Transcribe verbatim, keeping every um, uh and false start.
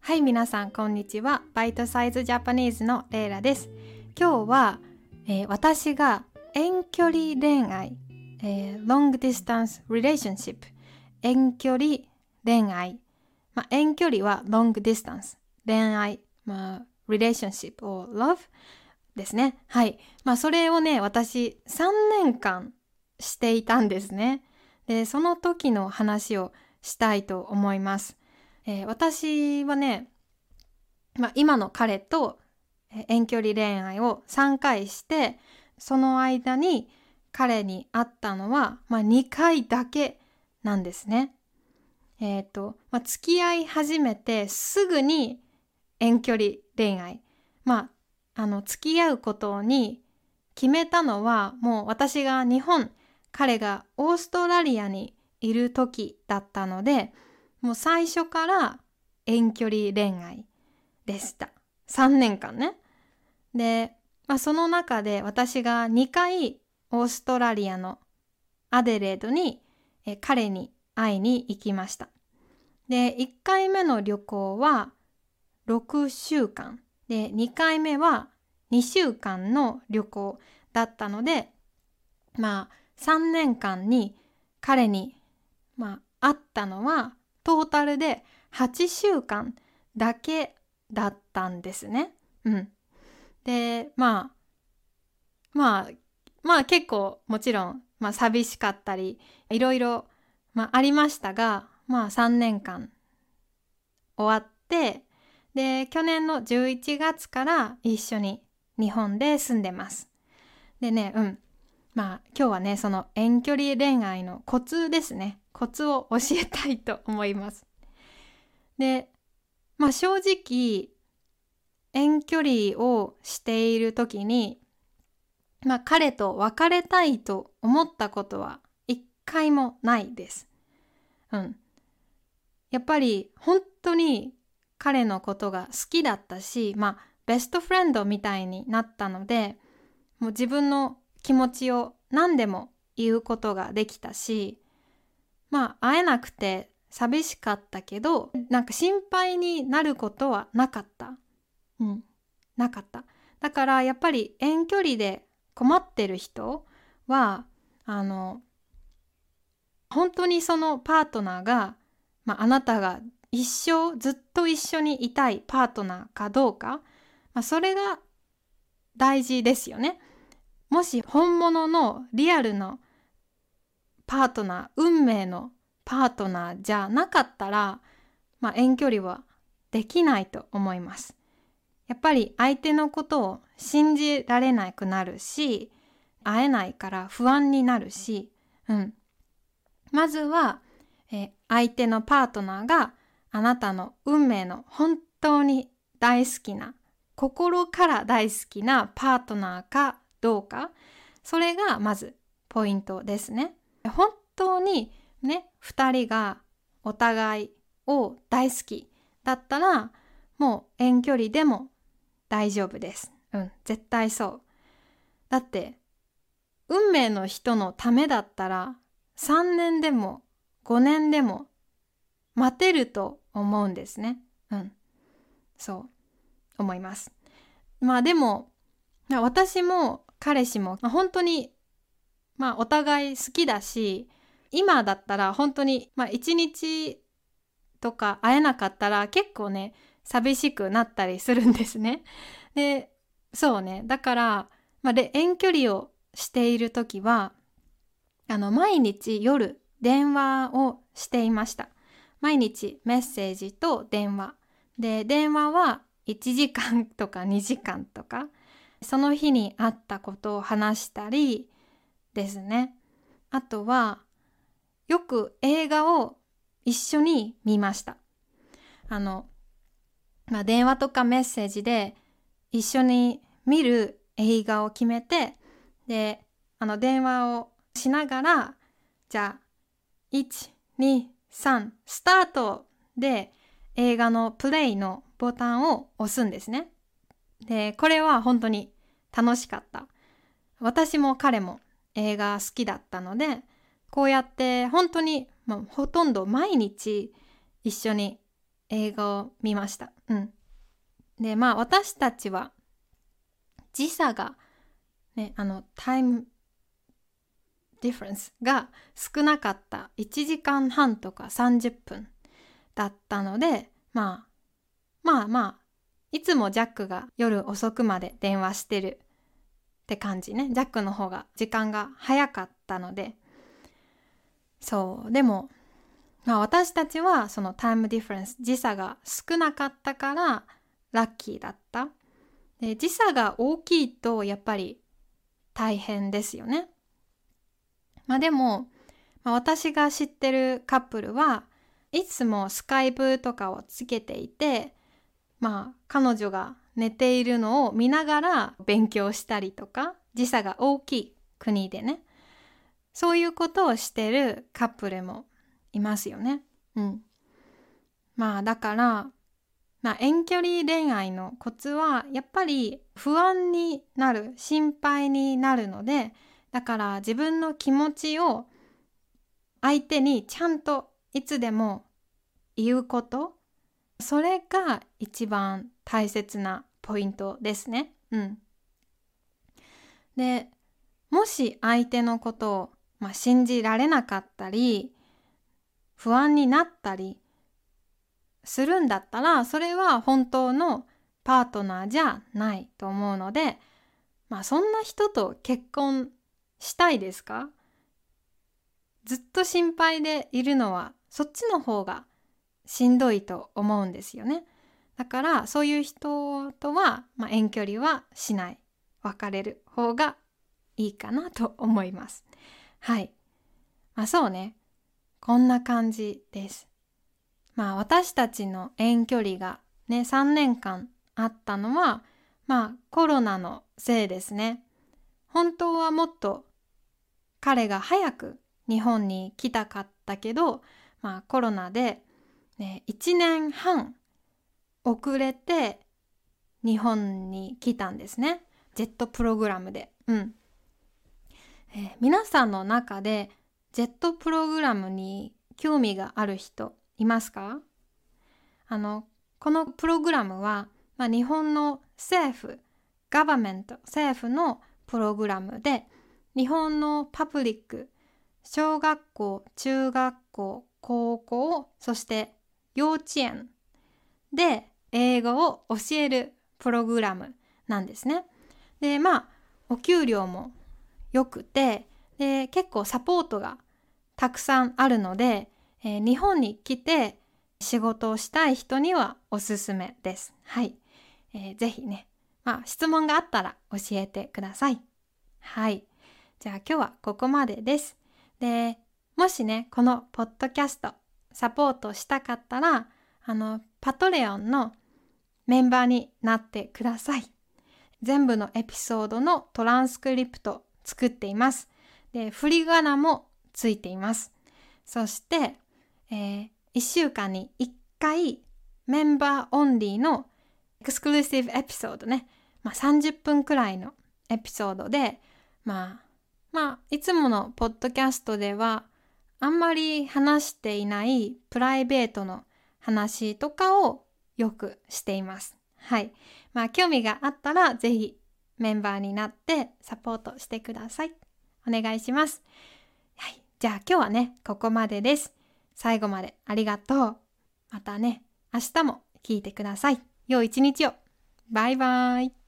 はい、皆さんこんにちは。バイトサイズジャパニーズのレイラです。今日は、えー、私が遠距離恋愛、えー、long distance relationship、遠距離恋愛、まあ、遠距離は long distance、恋愛、まあ、relationship or love ですね。はい。まあ、それをね、私さんねんかんしていたんですね。で、その時の話をしたいと思います。えー、私はね、まあ、今の彼と遠距離恋愛をさんかいして、その間に彼に会ったのは、まあ、にかいだけなんですね。えっと、まあ、付き合い始めてすぐに遠距離恋愛。まあ、あの、付き合うことに決めたのは、もう私が日本、彼がオーストラリアにいる時だったので、もう最初から遠距離恋愛でした。さんねんかんね。で、まあ、その中で私がにかいオーストラリアのアデレードにえ彼に会いに行きました。で、いっかいめの旅行はろくしゅうかん。で、にかいめはにしゅうかんの旅行だったので、まあ、さんねんかんに彼に、まあ、会ったのはトータルではちしゅうかんだけだったんですね。うん。で、まあ、まあ、まあ結構もちろん、まあ寂しかったり、いろいろ、まあありましたが、まあさんねんかん終わって、で、去年のじゅういちがつから一緒に日本で住んでます。でね、うん。まあ今日はね、その遠距離恋愛のコツですね。コツを教えたいと思います。で、まあ正直、遠距離をしている時に、まあ彼と別れたいと思ったことは一回もないです。うん。やっぱり本当に彼のことが好きだったし、まあベストフレンドみたいになったので、もう自分の気持ちを何でも言うことができたし、まあ会えなくて寂しかったけど、なんか心配になることはなかった。うん。なかった。だからやっぱり遠距離で困ってる人は、あの、本当にそのパートナーが、まあ、あなたが一生ずっと一緒にいたいパートナーかどうか、まあ、それが大事ですよね。もし本物のリアルのパートナー、運命のパートナーじゃなかったら、まあ、遠距離はできないと思います。やっぱり相手のことを信じられなくなるし、会えないから不安になるし、うん。まずは、え相手のパートナーがあなたの運命の本当に大好きな、心から大好きなパートナーかどうか、それがまずポイントですね。本当にね、二人がお互いを大好きだったら、もう遠距離でも大丈夫です。うん、絶対そう。だって、運命の人のためだったら、さんねんでもごねんでも待てると思うんですね。うん、そう思います。まあでも、私も彼氏も本当に、まあお互い好きだし、今だったら本当に、まあ一日とか会えなかったら結構ね、寂しくなったりするんですね。で、そうね。だから、まあ、で遠距離をしているときは、あの、毎日夜電話をしていました。毎日メッセージと電話。で、電話はいちじかんとかにじかんとか、その日にあったことを話したりですね。あとは、よく映画を一緒に見ました。あの、まあ、電話とかメッセージで一緒に見る映画を決めて、で、あの電話をしながら、じゃあ、いち、に、さん、スタートで映画のプレイのボタンを押すんですね。で、これは本当に楽しかった。私も彼も映画好きだったので、こうやって本当に、まあ、ほとんど毎日一緒に映画を見ました。うん。で、まあ私たちは時差がね、あのタイムディフェンスが少なかったいちじかんはんとかさんじゅっぷんだったので、まあまあまあいつもジャックが夜遅くまで電話してるって感じね。ジャックの方が時間が早かったので、そうでもまあ私たちはそのタイムディフェンス時差が少なかったからラッキーだった。で、時差が大きいとやっぱり大変ですよね。まあでも、まあ、私が知ってるカップルはいつもスカイプとかをつけていて、まあ彼女が寝ているのを見ながら勉強したりとか、時差が大きい国でね、そういうことをしてるカップルもいますよね。うん。まあだから、まあ、遠距離恋愛のコツはやっぱり不安になる、心配になるので、だから自分の気持ちを相手にちゃんといつでも言うこと、それが一番大切なポイントですね。うん。で、もし相手のことを、まあ、信じられなかったり、不安になったりするんだったら、それは本当のパートナーじゃないと思うので、まあそんな人と結婚したいですか？ずっと心配でいるのはそっちの方がしんどいと思うんですよね。だからそういう人とは、まあ、遠距離はしない。別れる方がいいかなと思います。はい。まあそうね。こんな感じです。まあ私たちの遠距離がね、さんねんかんあったのは、まあコロナのせいですね。本当はもっと彼が早く日本に来たかったけど、まあコロナで、ね、いちねんはん遅れて日本に来たんですね。ジェットプログラムで。うん。えー皆さんの中でジェットプログラムに興味がある人いますか？あの、このプログラムは、まあ、日本の政府、ガバメント、政府のプログラムで、日本のパブリック、小学校、中学校、高校、そして幼稚園で英語を教えるプログラムなんですね。で、まあ、お給料も良くて、で、結構サポートがたくさんあるので、えー日本に来て仕事をしたい人にはおすすめです。はい。えーぜひね、まあ、質問があったら教えてください。はい。じゃあ今日はここまでです。で、もしね、このポッドキャストサポートしたかったら、あの、パトレオンのメンバーになってください。全部のエピソードのトランスクリプト作っています。で、振り仮名もついています。そして、えー、いっしゅうかんにいっかいメンバーオンリーのエクスクルーシブエピソードね、まあ、さんじゅっぷんくらいのエピソードで、まあ、まあ、いつものポッドキャストではあんまり話していないプライベートの話とかをよくしています。はい。まあ、興味があったらぜひメンバーになってサポートしてください。お願いします。はい。じゃあ今日はね、ここまでです。最後までありがとう。またね、明日も聞いてください。良い一日を。バイバイ。